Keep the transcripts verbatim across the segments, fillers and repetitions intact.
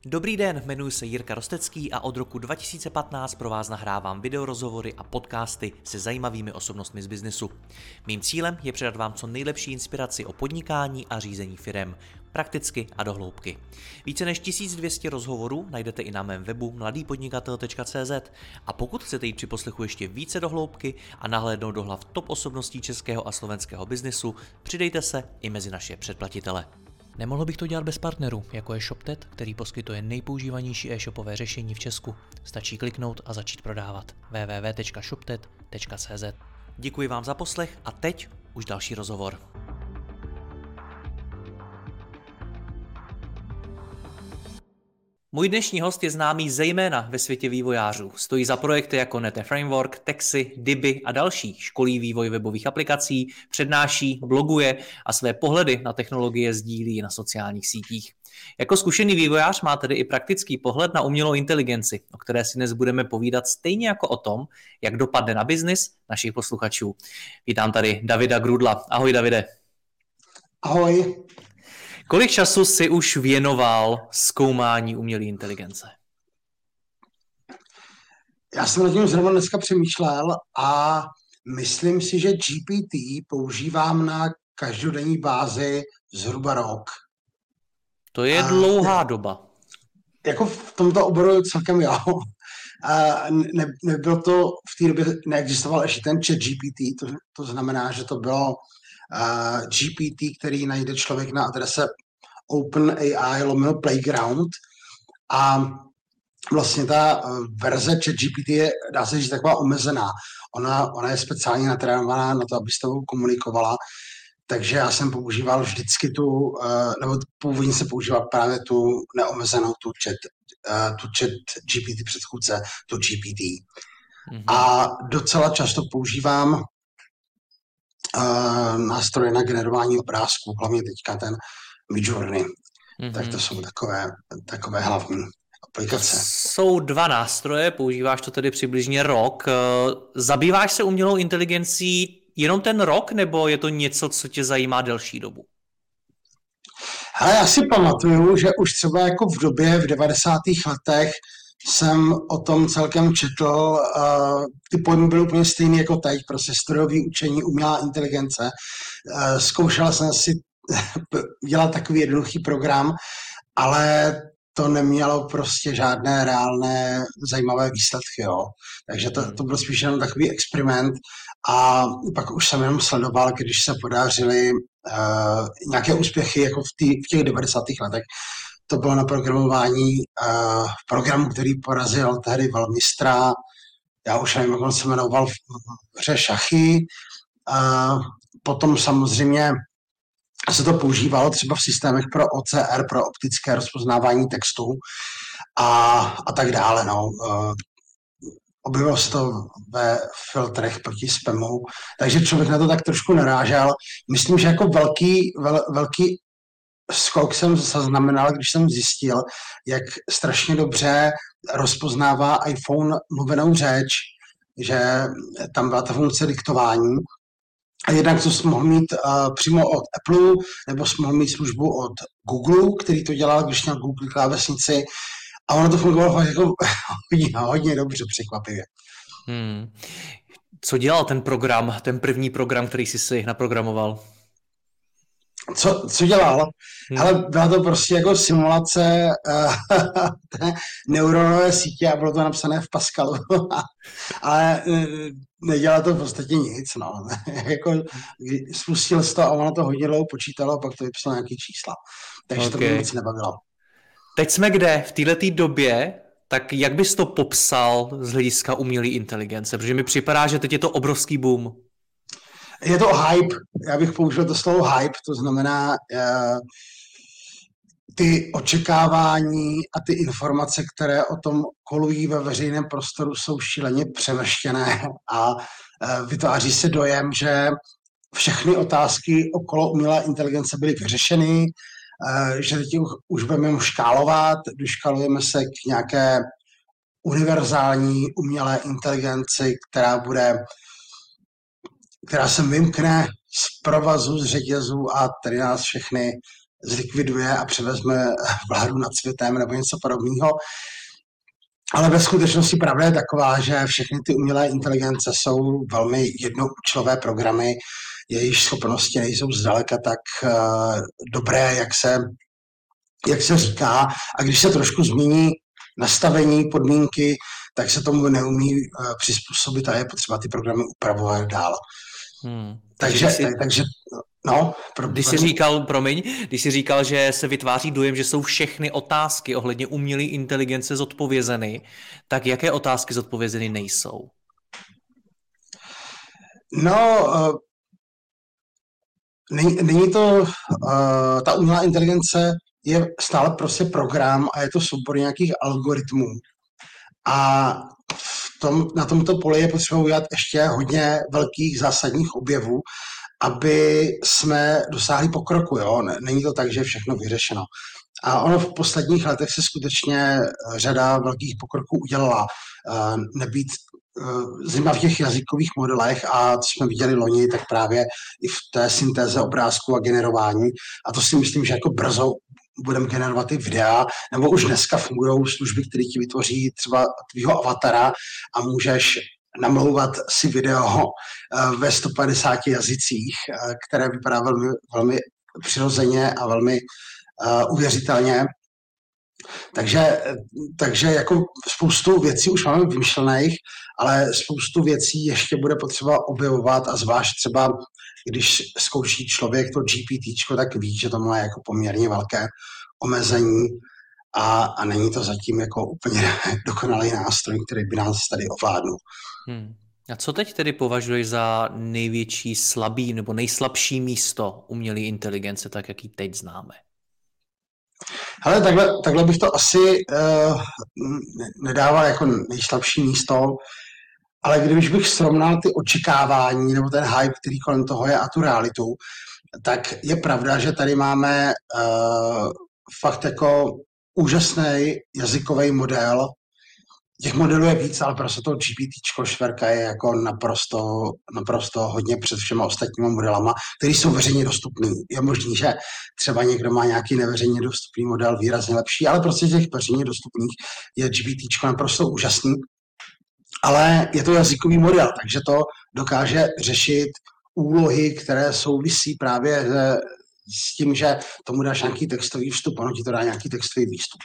Dobrý den, jmenuji se Jirka Rostecký a od roku dva tisíce patnáct pro vás nahrávám videorozhovory a podcasty se zajímavými osobnostmi z biznesu. Mým cílem je předat vám co nejlepší inspiraci o podnikání a řízení firem, prakticky a do hloubky. Více než tisíc dvě stě rozhovorů najdete i na mém webu mladý podnikatel tečka cé zet a pokud chcete jít při poslechu ještě více do hloubky a nahlédnout do hlav top osobností českého a slovenského biznesu, přidejte se i mezi naše předplatitele. Nemohl bych to dělat bez partnerů, jako je ShopTet, který poskytuje nejpoužívanější e-shopové řešení v Česku. Stačí kliknout a začít prodávat. w w w tečka shoptet tečka cé zet. Děkuji vám za poslech a teď už další rozhovor. Můj dnešní host je známý zejména ve světě vývojářů. Stojí za projekty jako Nete Framework, Texy, Diby a další. Školí vývoj webových aplikací, přednáší, bloguje a své pohledy na technologie sdílí na sociálních sítích. Jako zkušený vývojář má tedy i praktický pohled na umělou inteligenci, o které si dnes budeme povídat stejně jako o tom, jak dopadne na biznis našich posluchačů. Vítám tady Davida Grudla. Ahoj, Davide. Ahoj. Kolik času jsi už věnoval zkoumání umělé inteligence? Já jsem nad tím zrovna dneska přemýšlel a myslím si, že G P T používám na každodenní bázi zhruba rok. To je a dlouhá ne, doba. Jako v tomto oboru celkem jo. A ne, nebylo to, v té době neexistoval ještě ten chat G P T, to, to znamená, že to bylo uh, G P T, který najde člověk na adrese OpenAI lomeno Playground a vlastně ta verze ChatGPT je, dá se říct, taková omezená. Ona, ona je speciálně natrénovaná na to, aby s tebou komunikovala, takže já jsem používal vždycky tu, nebo původně se používal právě tu neomezenou, tu chat, tu chat G P T předchůdce, tu G P T. Mm-hmm. A docela často používám uh, nástroje na generování obrázků, hlavně teďka ten Midjourney. Mm-hmm. Tak to jsou takové, takové hlavní aplikace. Jsou dva nástroje, používáš to tedy přibližně rok. Zabýváš se umělou inteligencí jenom ten rok, nebo je to něco, co tě zajímá delší dobu? Hele, já si pamatuju, že už třeba jako v době v devadesátých letech jsem o tom celkem četl, uh, ty pojmy byly úplně stejný jako teď, prostě strojový učení, umělá inteligence. Uh, zkoušel jsem si dělat takový jednoduchý program, ale to nemělo prostě žádné reálné zajímavé výsledky, jo. Takže to, to byl spíš jenom takový experiment a pak už jsem jenom sledoval, když se podařily uh, nějaké úspěchy jako v, tý, v těch devadesátých letech. To bylo na programování uh, programu, který porazil tehdy velmistra, já už nevím, jak on se jmenoval, v, v hře šachy. Uh, potom samozřejmě se to používalo třeba v systémech pro O C R, pro optické rozpoznávání textu a, a tak dále. No. Uh, objevilo se to ve filtrech proti spamu, takže člověk na to tak trošku narážel. Myslím, že jako velký, vel, velký skok jsem zaznamenal, když jsem zjistil, jak strašně dobře rozpoznává iPhone mluvenou řeč, že tam byla ta funkce diktování. A jednak to jsi mohl mít uh, přímo od Apple, nebo jsi mohl mít službu od Google, který to dělal, když měl Google klávesnici. A ono to fungovalo jako hodně, hodně dobře, překvapivě. Hmm. Co dělal ten program, ten první program, který jsi si naprogramoval? Co, co dělal? Hmm. Ale byla to prostě jako simulace uh, té neuronové sítě a bylo to napsané v Pascalu. Ale uh, nedělá to v podstatě nic. No. jako, spustil jsi to a ono to hodně dlouho počítalo a pak to vypsalo nějaký čísla. Takže okay. To mě nic nebavilo. Teď jsme kde? V této době, tak jak bys to popsal z hlediska umělé inteligence? Protože mi připadá, že teď je to obrovský boom. Je to hype, já bych použil to slovo hype, to znamená uh, ty očekávání a ty informace, které o tom kolují ve veřejném prostoru, jsou šíleně přemrštěné a uh, vytváří se dojem, že všechny otázky okolo umělé inteligence byly vyřešeny, uh, že teď už budeme škálovat, doškalujeme se k nějaké univerzální umělé inteligenci, která bude která se vymkne z provazu, z řetězu a tady nás všechny zlikviduje a převezme vládu nad světem nebo něco podobného. Ale ve skutečnosti pravda je taková, že všechny ty umělé inteligence jsou velmi jednoúčelové programy, jejichž schopnosti nejsou zdaleka tak uh, dobré, jak se, jak se říká. A když se trošku změní nastavení, podmínky, tak se tomu neumí uh, přizpůsobit a je potřeba ty programy upravovat dál. Hmm. Takže, jsi, tak, takže, no. Pro, když jsi říkal, promiň, když jsi říkal, že se vytváří dojem, že jsou všechny otázky ohledně umělé inteligence zodpovězeny, tak jaké otázky zodpovězeny nejsou? No, uh, není, není to, uh, ta umělá inteligence je stále prostě program a je to soubor nějakých algoritmů. A v tom, na tomto poli je potřeba udělat ještě hodně velkých zásadních objevů, aby jsme dosáhli pokroku. Jo? Není to tak, že je všechno vyřešeno. A ono v posledních letech se skutečně řada velkých pokroků udělala. Nebýt zejména v těch jazykových modelech, a co jsme viděli loni, tak právě i v té syntéze obrázku a generování. A to si myslím, že jako brzo budeme generovat i videa, nebo už dneska fungují služby, které ti vytvoří třeba tvýho avatara a můžeš namlouvat si video ve sto padesáti jazycích, které vypadá velmi, velmi přirozeně a velmi uh, uvěřitelně. Takže, takže jako spoustu věcí už máme vymyšlených, ale spoustu věcí ještě bude potřeba objevovat a zvlášť třeba, když zkouší člověk to GPTčko, tak ví, že to má jako poměrně velké omezení a, a není to zatím jako úplně dokonalý nástroj, který by nás tady ovládnul. Hmm. A co teď tedy považuješ za největší slabý nebo nejslabší místo umělé inteligence, tak jak ji teď známe? Hele, takhle, takhle bych to asi uh, nedával jako nejslabší místo, ale když bych srovnal ty očekávání nebo ten hype, který kolem toho je a tu realitu, tak je pravda, že tady máme uh, fakt jako úžasný jazykový model. Těch modelů je víc, ale prostě to GPTčko šverka je jako naprosto, naprosto hodně před všema ostatními modelama, které jsou veřejně dostupný. Je možný, že třeba někdo má nějaký neveřejně dostupný model výrazně lepší, ale prostě těch veřejně dostupných je GPTčko naprosto úžasný. Ale je to jazykový model, takže to dokáže řešit úlohy, které souvisí právě s tím, že tomu dáš nějaký textový vstup, ono ti to dá nějaký textový výstup.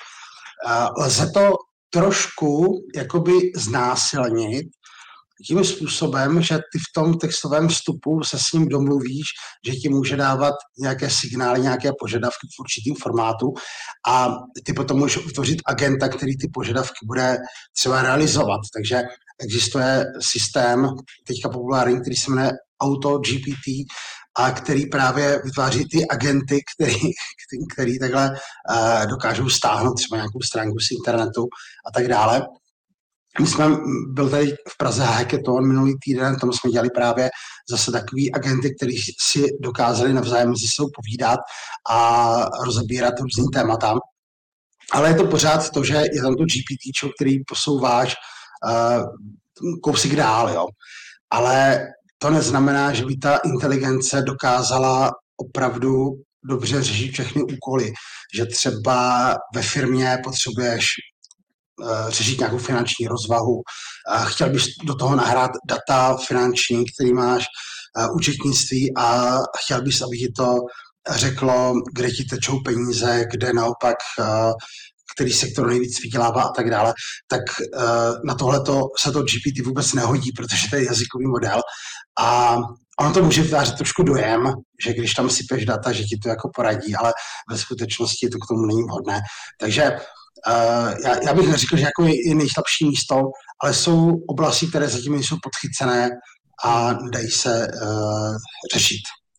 Lze to trošku jakoby znásilnit tím způsobem, že ty v tom textovém vstupu se s ním domluvíš, že ti může dávat nějaké signály, nějaké požadavky v určitým formátu a ty potom můžeš vytvořit agenta, který ty požadavky bude třeba realizovat. Takže existuje systém, teďka populární, který se jmenuje AutoGPT, a který právě vytváří ty agenty, který, který, který takhle uh, dokážou stáhnout třeba nějakou stránku z internetu a tak dále. My jsme, byl tady v Praze hackathon minulý týden, tam jsme dělali právě zase takový agenty, který si dokázali navzájem mezi sebou povídat a rozebírat různý témata. Ale je to pořád to, že je tam to GPTčko, který posouváš uh, kousek dál, jo. Ale to neznamená, že by ta inteligence dokázala opravdu dobře řešit všechny úkoly. Že třeba ve firmě potřebuješ uh, řešit nějakou finanční rozvahu, uh, chtěl bys do toho nahrát data finanční, který máš, uh, účetnictví a chtěl bys, aby ti to řeklo, kde ti tečou peníze, kde naopak uh, který sektor nejvíc vydělává a tak dále, tak uh, na tohleto se to G P T vůbec nehodí, protože to je jazykový model a ono to může vytvářet trošku dojem, že když tam sypeš data, že ti to jako poradí, ale ve skutečnosti to k tomu není vhodné. Takže uh, já, já bych neřekl, že jako je, je nejslabší místo, ale jsou oblasti, které zatím nejsou podchycené a dají se uh, řešit.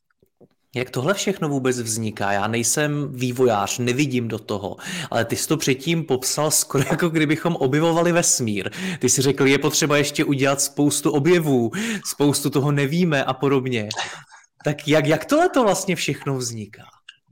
Jak tohle všechno vůbec vzniká? Já nejsem vývojář, nevidím do toho, ale ty jsi to předtím popsal skoro jako kdybychom objevovali vesmír. Ty jsi řekl, je potřeba ještě udělat spoustu objevů, spoustu toho nevíme a podobně. Tak jak, jak tohle to vlastně všechno vzniká?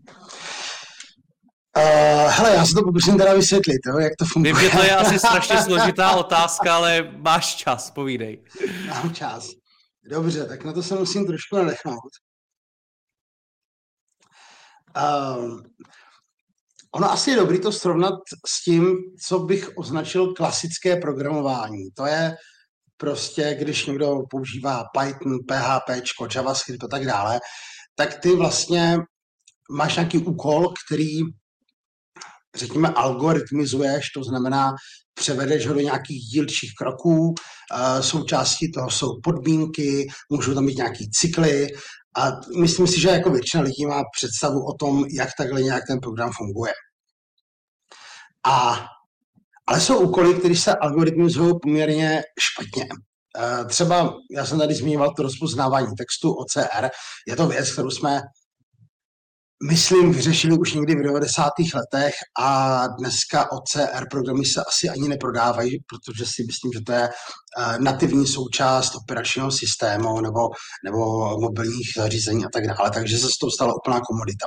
Uh, hele, já si to pokusím teda vysvětlit, jo, jak to funguje. Vím, že to je asi strašně složitá otázka, ale máš čas, povídej. Mám čas. Dobře, tak na to se musím trošku nadechnout. Um, ono asi je dobré to srovnat s tím, co bych označil klasické programování. To je prostě, když někdo používá Python, P H P, JavaScript a tak dále, tak ty vlastně máš nějaký úkol, který, řekněme, algoritmizuješ, to znamená, převedeš ho do nějakých dílčích kroků, součástí toho jsou podmínky, můžou tam být nějaký cykly a myslím si, že jako většina lidí má představu o tom, jak takhle nějak ten program funguje. A, ale jsou úkoly, které se algoritmizují poměrně špatně. Třeba, já jsem tady zmiňoval to rozpoznávání textu O C R, je to věc, kterou jsme, myslím, vyřešili už někdy v devadesátých letech a dneska O C R programy se asi ani neprodávají, protože si myslím, že to je nativní součást operačního systému nebo, nebo mobilních zařízení a tak dále, takže se z toho stala úplná komodita.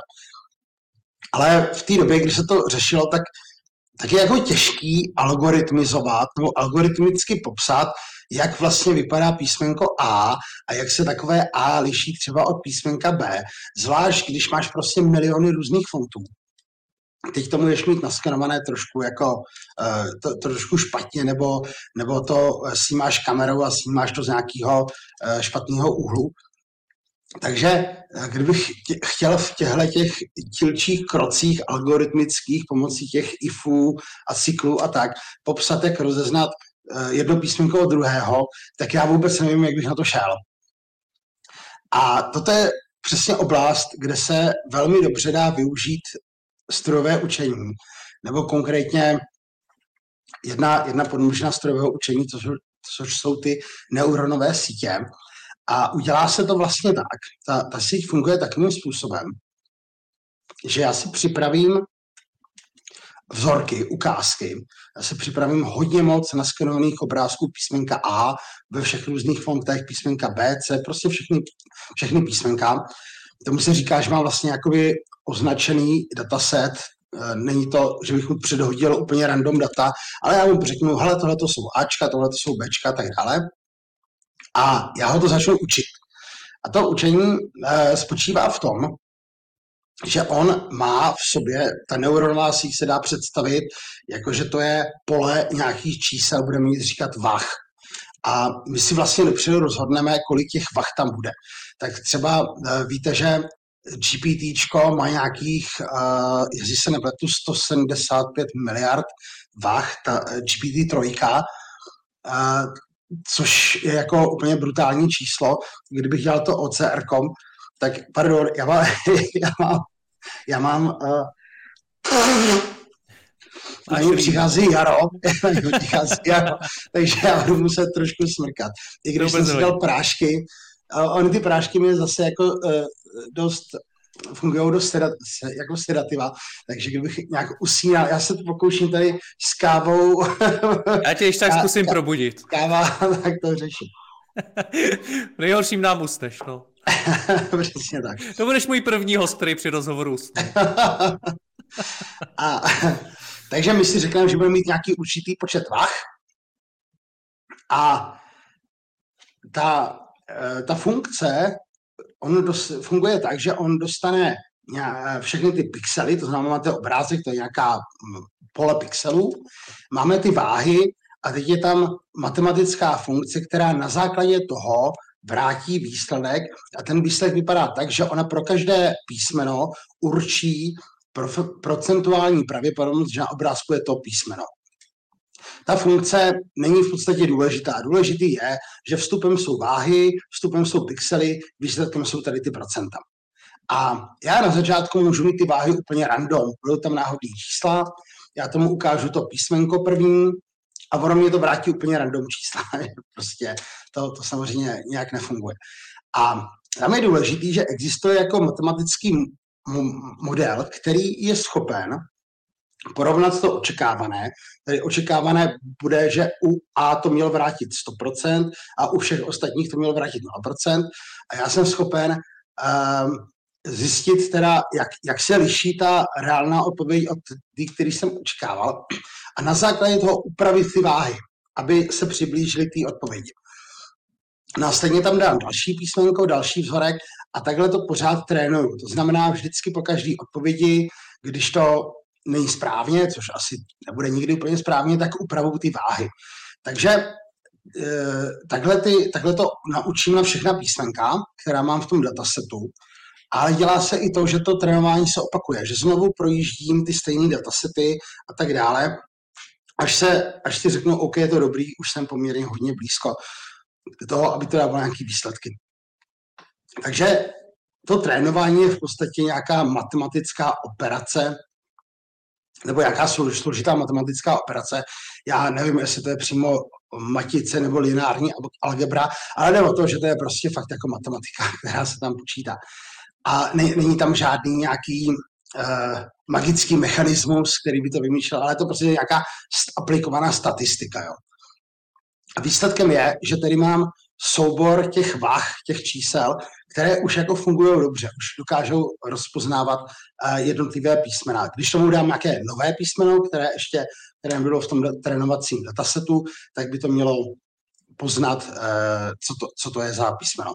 Ale v té době, když se to řešilo, tak, tak je jako těžký algoritmizovat nebo algoritmicky popsat, jak vlastně vypadá písmenko A a jak se takové A liší třeba od písmenka B, zvlášť když máš prostě miliony různých fontů. Teď to můžeš mít naskenované trošku jako uh, to, trošku špatně, nebo, nebo to snímáš kamerou a snímáš to z nějakého uh, špatného úhlu. Takže kdybych tě, chtěl v těchto těch dílčích krocích algoritmických pomocí těch ifů a cyklů a tak popsat, jak rozeznat jedno písmenko od druhého, tak já vůbec nevím, jak bych na to šel. A toto je přesně oblast, kde se velmi dobře dá využít strojové učení, nebo konkrétně jedna, jedna podmnožina strojového učení, což, což jsou ty neuronové sítě. A udělá se to vlastně tak. Ta, ta síť funguje takovým způsobem, že já si připravím vzorky, ukázky. Já si připravím hodně moc naskenovaných obrázků písmenka A ve všech různých fontech, písmenka B, C, prostě všechny, všechny písmenka. Tomu se říká, že mám vlastně jakoby označený dataset. Není to, že bych mu předhodil úplně random data, ale já mu řeknu, hele, tohle to jsou Ačka, tohle to jsou Bčka a tak dále. A já ho to začnu učit. A to učení e, spočívá v tom, že on má v sobě, ta neuronová síť se dá představit, jakože to je pole nějakých čísel, budeme jít říkat vah. A my si vlastně dopředu rozhodneme, kolik těch vah tam bude. Tak třeba e, víte, že GPTčko má nějakých, e, jestli se nepletu, sto sedmdesát pět miliard vah, ta G P T tři, e, což je jako úplně brutální číslo. Kdybych dělal to O C R tečka com, tak pardon, já mám, já mám, já mám uh, na mě přichází jaro, přichází jaro, takže já budu muset trošku smrkat. I když jsem si dal prášky, uh, oni ty prášky mě zase jako uh, dost fungují dost sedat, jako sedativa, takže kdybych nějak usínal, já se to pokouším tady s kávou. Já tě ještě tak ká, zkusím ká, probudit. Káva, tak to řeším. V nejhorším nám usneš, no. Přesně tak. To budeš můj první host, který při rozhovoru usne. A, takže my si řekneme, že budeme mít nějaký určitý počet vah a ta, ta funkce on dos, funguje tak, že on dostane všechny ty pixely, to znamená, máte obrázek, to je nějaká pole pixelů, máme ty váhy a teď je tam matematická funkce, která na základě toho vrátí výsledek a ten výsledek vypadá tak, že ona pro každé písmeno určí procentuální pravděpodobnost, že na obrázku je to písmeno. Ta funkce není v podstatě důležitá. Důležitý je, že vstupem jsou váhy, vstupem jsou pixely, výsledkem jsou tady ty procenta. A já na začátku můžu mít ty váhy úplně random. Budou tam náhodný čísla, já tomu ukážu to písmenko první a ono mě to vrátí úplně random čísla. Prostě to, to samozřejmě nějak nefunguje. A tam je důležitý, že existuje jako matematický model, který je schopen porovnat to očekávané. Tedy očekávané bude, že u A to mělo vrátit sto procent a u všech ostatních to mělo vrátit nula procent. A já jsem schopen um, zjistit teda, jak, jak se liší ta reálná odpověď od té, který jsem očekával. A na základě toho upravit ty váhy, aby se přiblížily té odpovědi. Následně tam dám další písmenko, další vzorek a takhle to pořád trénuju. To znamená vždycky po každé odpovědi, když to není správně, což asi nebude nikdy úplně správně, tak upravuju ty váhy. Takže takhle, ty, takhle to naučím na všechna písmenka, která mám v tom datasetu, ale dělá se i to, že to trénování se opakuje, že znovu projíždím ty stejné datasety a tak dále, až, se, až si řeknu, OK, je to dobrý, už jsem poměrně hodně blízko toho, aby to dávalo nějaké výsledky. Takže to trénování je v podstatě nějaká matematická operace, nebo nějaká složitá matematická operace. Já nevím, jestli to je přímo matice nebo lineární algebra, ale jde o to, že to je prostě fakt jako matematika, která se tam počítá. A ne, není tam žádný nějaký uh, magický mechanismus, který by to vymýšlel, ale je to prostě nějaká aplikovaná statistika. Jo. A výsledkem je, že tady mám soubor těch vah, těch čísel, které už jako fungují dobře, už dokážou rozpoznávat uh, jednotlivé písmena. Když tomu dám nějaké nové písmeno, které ještě které bylo v tom trénovacím datasetu, tak by to mělo poznat, uh, co, to, co to je za písmeno.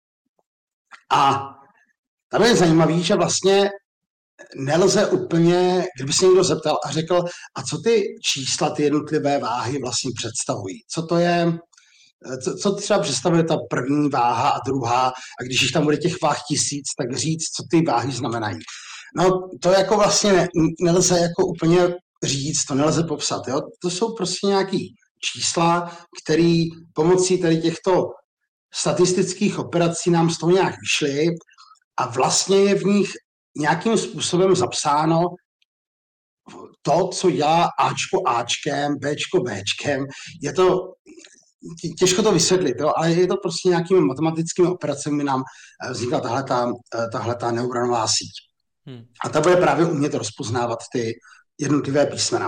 A tam je zajímavý, že vlastně nelze úplně, kdyby se někdo zeptal a řekl, a co ty čísla, ty jednotlivé váhy vlastně představují? Co to je, co, co třeba představuje ta první váha a druhá, a když jich tam bude těch váh tisíc, tak říct, co ty váhy znamenají. No to jako vlastně ne, nelze jako úplně říct, to nelze popsat. Jo? To jsou prostě nějaký čísla, které pomocí tady těchto statistických operací nám z toho nějak vyšly a vlastně je v nich nějakým způsobem zapsáno to, co dělá Ačko Ačkem, Bčko Bčkem. Je to, těžko to vysvětlit, jo? Ale je to prostě nějakými matematickými operacemi nám vznikla tahleta, tahleta neuronová síť. Hmm. A ta bude právě umět rozpoznávat ty jednotlivé písmena.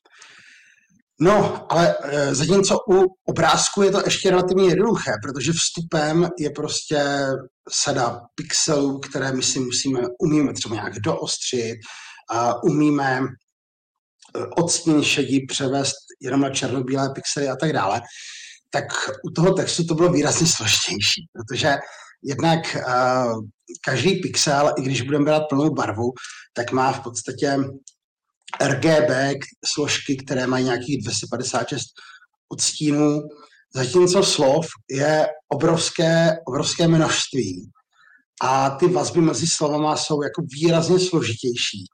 No, ale e, zatímco u obrázku je to ještě relativně jednoduché, protože vstupem je prostě sada pixelů, které my si musíme, umíme třeba nějak doostřit, a umíme odstín šedí převést jenom na černobílé pixely a tak dále, tak u toho textu to bylo výrazně složitější, protože jednak uh, každý pixel, i když budeme brát plnou barvu, tak má v podstatě R G B složky, které mají nějakých dvě stě padesát šest odstínů, zatímco slov je obrovské, obrovské množství a ty vazby mezi slovama jsou jako výrazně složitější.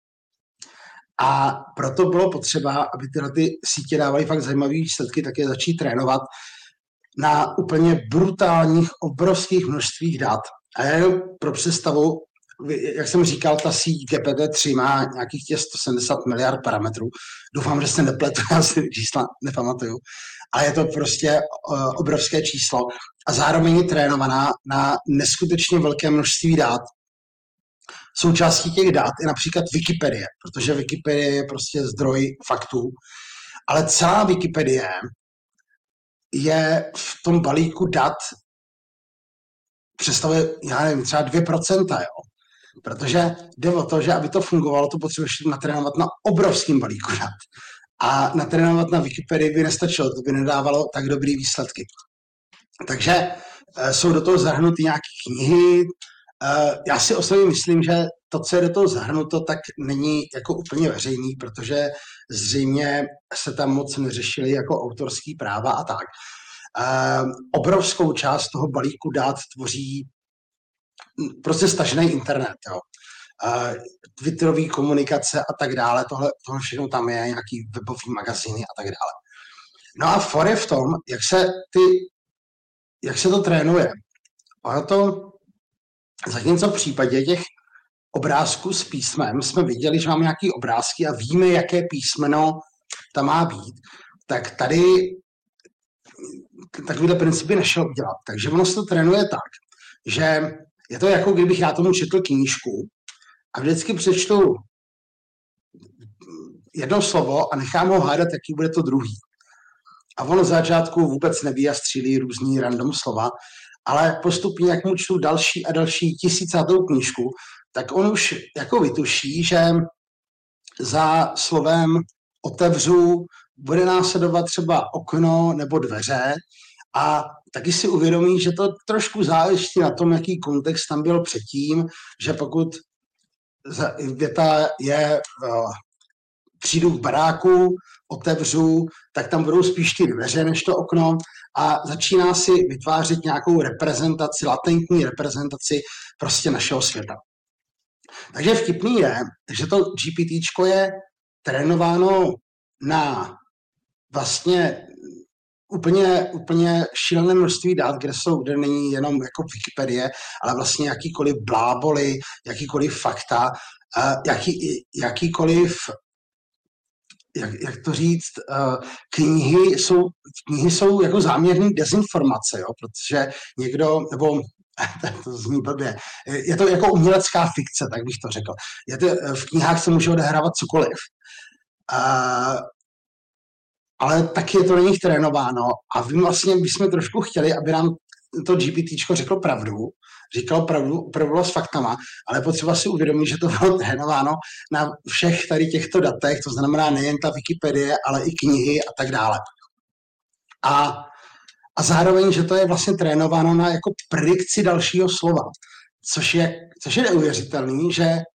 A proto bylo potřeba, aby tyhle ty sítě dávaly fakt zajímavé výsledky, tak je začít trénovat na úplně brutálních, obrovských množstvích dat. A jenom pro představu, jak jsem říkal, ta síť G P T tři má nějakých těch sto sedmdesát miliard parametrů. Doufám, že se nepletu, já si čísla nepamatuju. A je to prostě uh, obrovské číslo. A zároveň je trénovaná na neskutečně velké množství dat. Součástí těch dat je například Wikipedie, protože Wikipedie je prostě zdroj faktů. Ale celá Wikipedie je v tom balíku dat představuje, já nevím, třeba dvě procenta, jo. Protože jde o to, že aby to fungovalo, to potřebuješ natrénovat na obrovským balíku dat. A natrénovat na Wikipedii by nestačilo, to by nedávalo tak dobrý výsledky. Takže e, jsou do toho zahrnuty nějaké knihy. E, já si osobně myslím, že to, co je do toho zahrnuto, tak není jako úplně veřejný, protože zřejmě se tam moc neřešily jako autorský práva a tak. E, obrovskou část toho balíku dat tvoří prostě stažený internet, jo. Uh, Twitterový komunikace a tak dále, tohle, tohle všechno tam je, nějaký webový magazíny a tak dále. No a for je v tom, jak se, ty, jak se to trénuje. Ono to, zatímco v případě těch obrázků s písmem jsme viděli, že máme nějaké obrázky a víme, jaké písmeno tam má být, tak tady takovýhle principy nešel udělat. Takže ono se to trénuje tak, že je to jako kdybych já tomu četl knížku a vždycky přečtu jedno slovo a nechám ho hádat, jaký bude to druhý. A on v začátku vůbec neví a střílí různý random slova, ale postupně, jak mu čtu další a další tisícátou knížku, tak on už jako vytuší, že za slovem otevřu bude následovat třeba okno nebo dveře A taky si uvědomí, že to trošku záleží na tom, jaký kontext tam byl předtím, že pokud věta je uh, přijdu k baráku, otevřu, tak tam budou spíš ty dveře než to okno a začíná si vytvářet nějakou reprezentaci, latentní reprezentaci prostě našeho světa. Takže vtipný je, že to GPTčko je trénováno na vlastně úplně, úplně šílené množství dat, kde jsou, kde není jenom jako Wikipedie, ale vlastně jakýkoliv bláboli, jakýkoliv fakta, jaký, jakýkoliv Jak, jak to říct, knihy jsou, knihy jsou jako záměrný dezinformace, jo, protože někdo, nebo to zní blbě, je to jako umělecká fikce, tak bych to řekl. Je to, v knihách se může odehrávat cokoliv. Uh, ale taky je to na nich trénováno a vy vlastně bychom trošku chtěli, aby nám to GPTčko řeklo pravdu, říkalo pravdu, pravdu s faktama, ale potřeba si uvědomit, že to bylo trénováno na všech tady těchto datech, to znamená nejen ta Wikipedie, ale i knihy a tak dále. A, a zároveň, že to je vlastně trénováno na jako predikci dalšího slova, což je, což je neuvěřitelný, že e,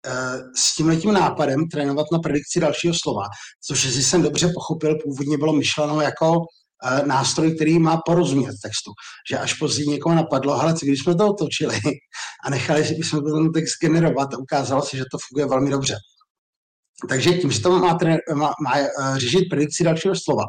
s tímhletím nápadem trénovat na predikci dalšího slova, což si jsem dobře pochopil, původně bylo myšleno jako nástroj, který má porozumět textu. Že až později někoho napadlo, hele, co když jsme to otočili a nechali jsme ten text generovat a ukázalo se, že to funguje velmi dobře. Takže tím, že to má, má, má řešit predikci dalšího slova,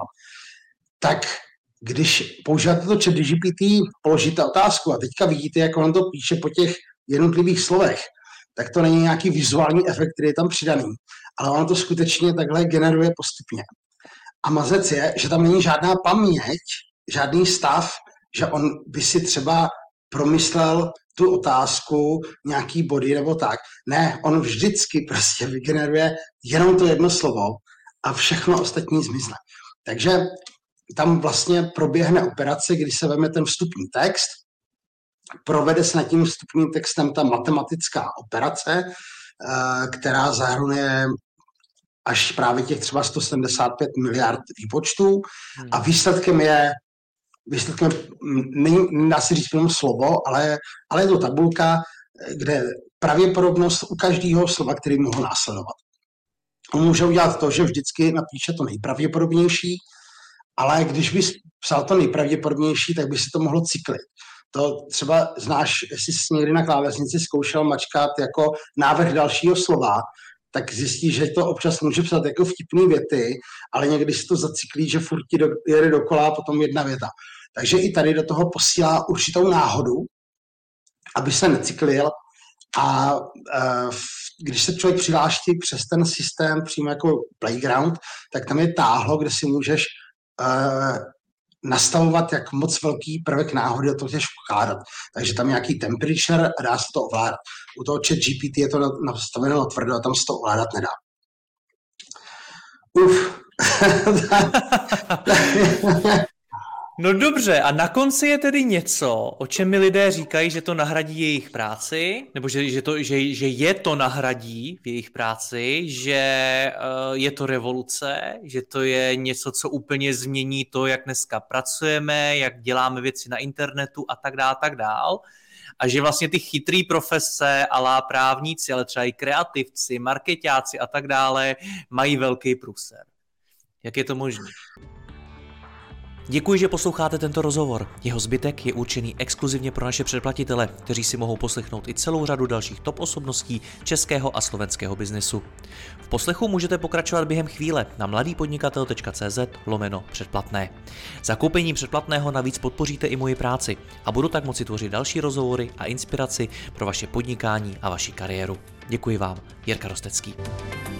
tak když používáte to ChatGPT, položíte otázku a teďka vidíte, jak on to píše po těch jednotlivých slovech, tak to není nějaký vizuální efekt, který je tam přidaný, ale on to skutečně takhle generuje postupně. A mazec je, že tam není žádná paměť, žádný stav, že on by si třeba promyslel tu otázku, nějaký body nebo tak. Ne, on vždycky prostě vygeneruje jenom to jedno slovo a všechno ostatní zmizne. Takže tam vlastně proběhne operace, kdy se veme ten vstupní text, provede se nad tím vstupním textem ta matematická operace, která zahrnuje až právě těch třeba sto sedmdesát pět miliard výpočtů a výsledkem je, výsledkem není, dá se říct jenom slovo, ale, ale je to tabulka, kde pravděpodobnost u každého slova, který mohl následovat. On může udělat to, že vždycky napíše to nejpravděpodobnější, ale když bys psal to nejpravděpodobnější, tak by se to mohlo cyklit. To třeba znáš, jestli jsi někdy na klávesnici zkoušel mačkat jako návrh dalšího slova, tak zjistí, že to občas může psat jako vtipný věty, ale někdy si to zacyklí, že furt ti do, jede dokola a potom jedna věta. Takže i tady do toho posílá určitou náhodu, aby se necyklil a uh, když se člověk přihláší přes ten systém přímo jako playground, tak tam je táhlo, kde si můžeš uh, nastavovat, jak moc velký prvek náhody do toho chceš vkládat. Takže tam je nějaký temperature a dá se to ovládat. U toho ChatGPT je to nastaveno na tvrdo a tam se to ovládat nedá. Uf. No dobře, a na konci je tedy něco, o čem mi lidé říkají, že to nahradí jejich práci, nebo že, že, to, že, že je to nahradí v jejich práci, že uh, je to revoluce, že to je něco, co úplně změní to, jak dneska pracujeme, jak děláme věci na internetu a tak dále, tak dál. A že vlastně ty chytrý profese, alá právníci, ale třeba i kreativci, marketáci a tak dále, mají velký průser. Jak je to možné? Děkuji, že posloucháte tento rozhovor. Jeho zbytek je určený exkluzivně pro naše předplatitele, kteří si mohou poslechnout i celou řadu dalších top osobností českého a slovenského biznesu. V poslechu můžete pokračovat během chvíle na mladýpodnikatel tečka cé zet lomeno předplatné. Zakoupením předplatného navíc podpoříte i moji práci a budu tak moci tvořit další rozhovory a inspiraci pro vaše podnikání a vaši kariéru. Děkuji vám, Jirka Rostecký.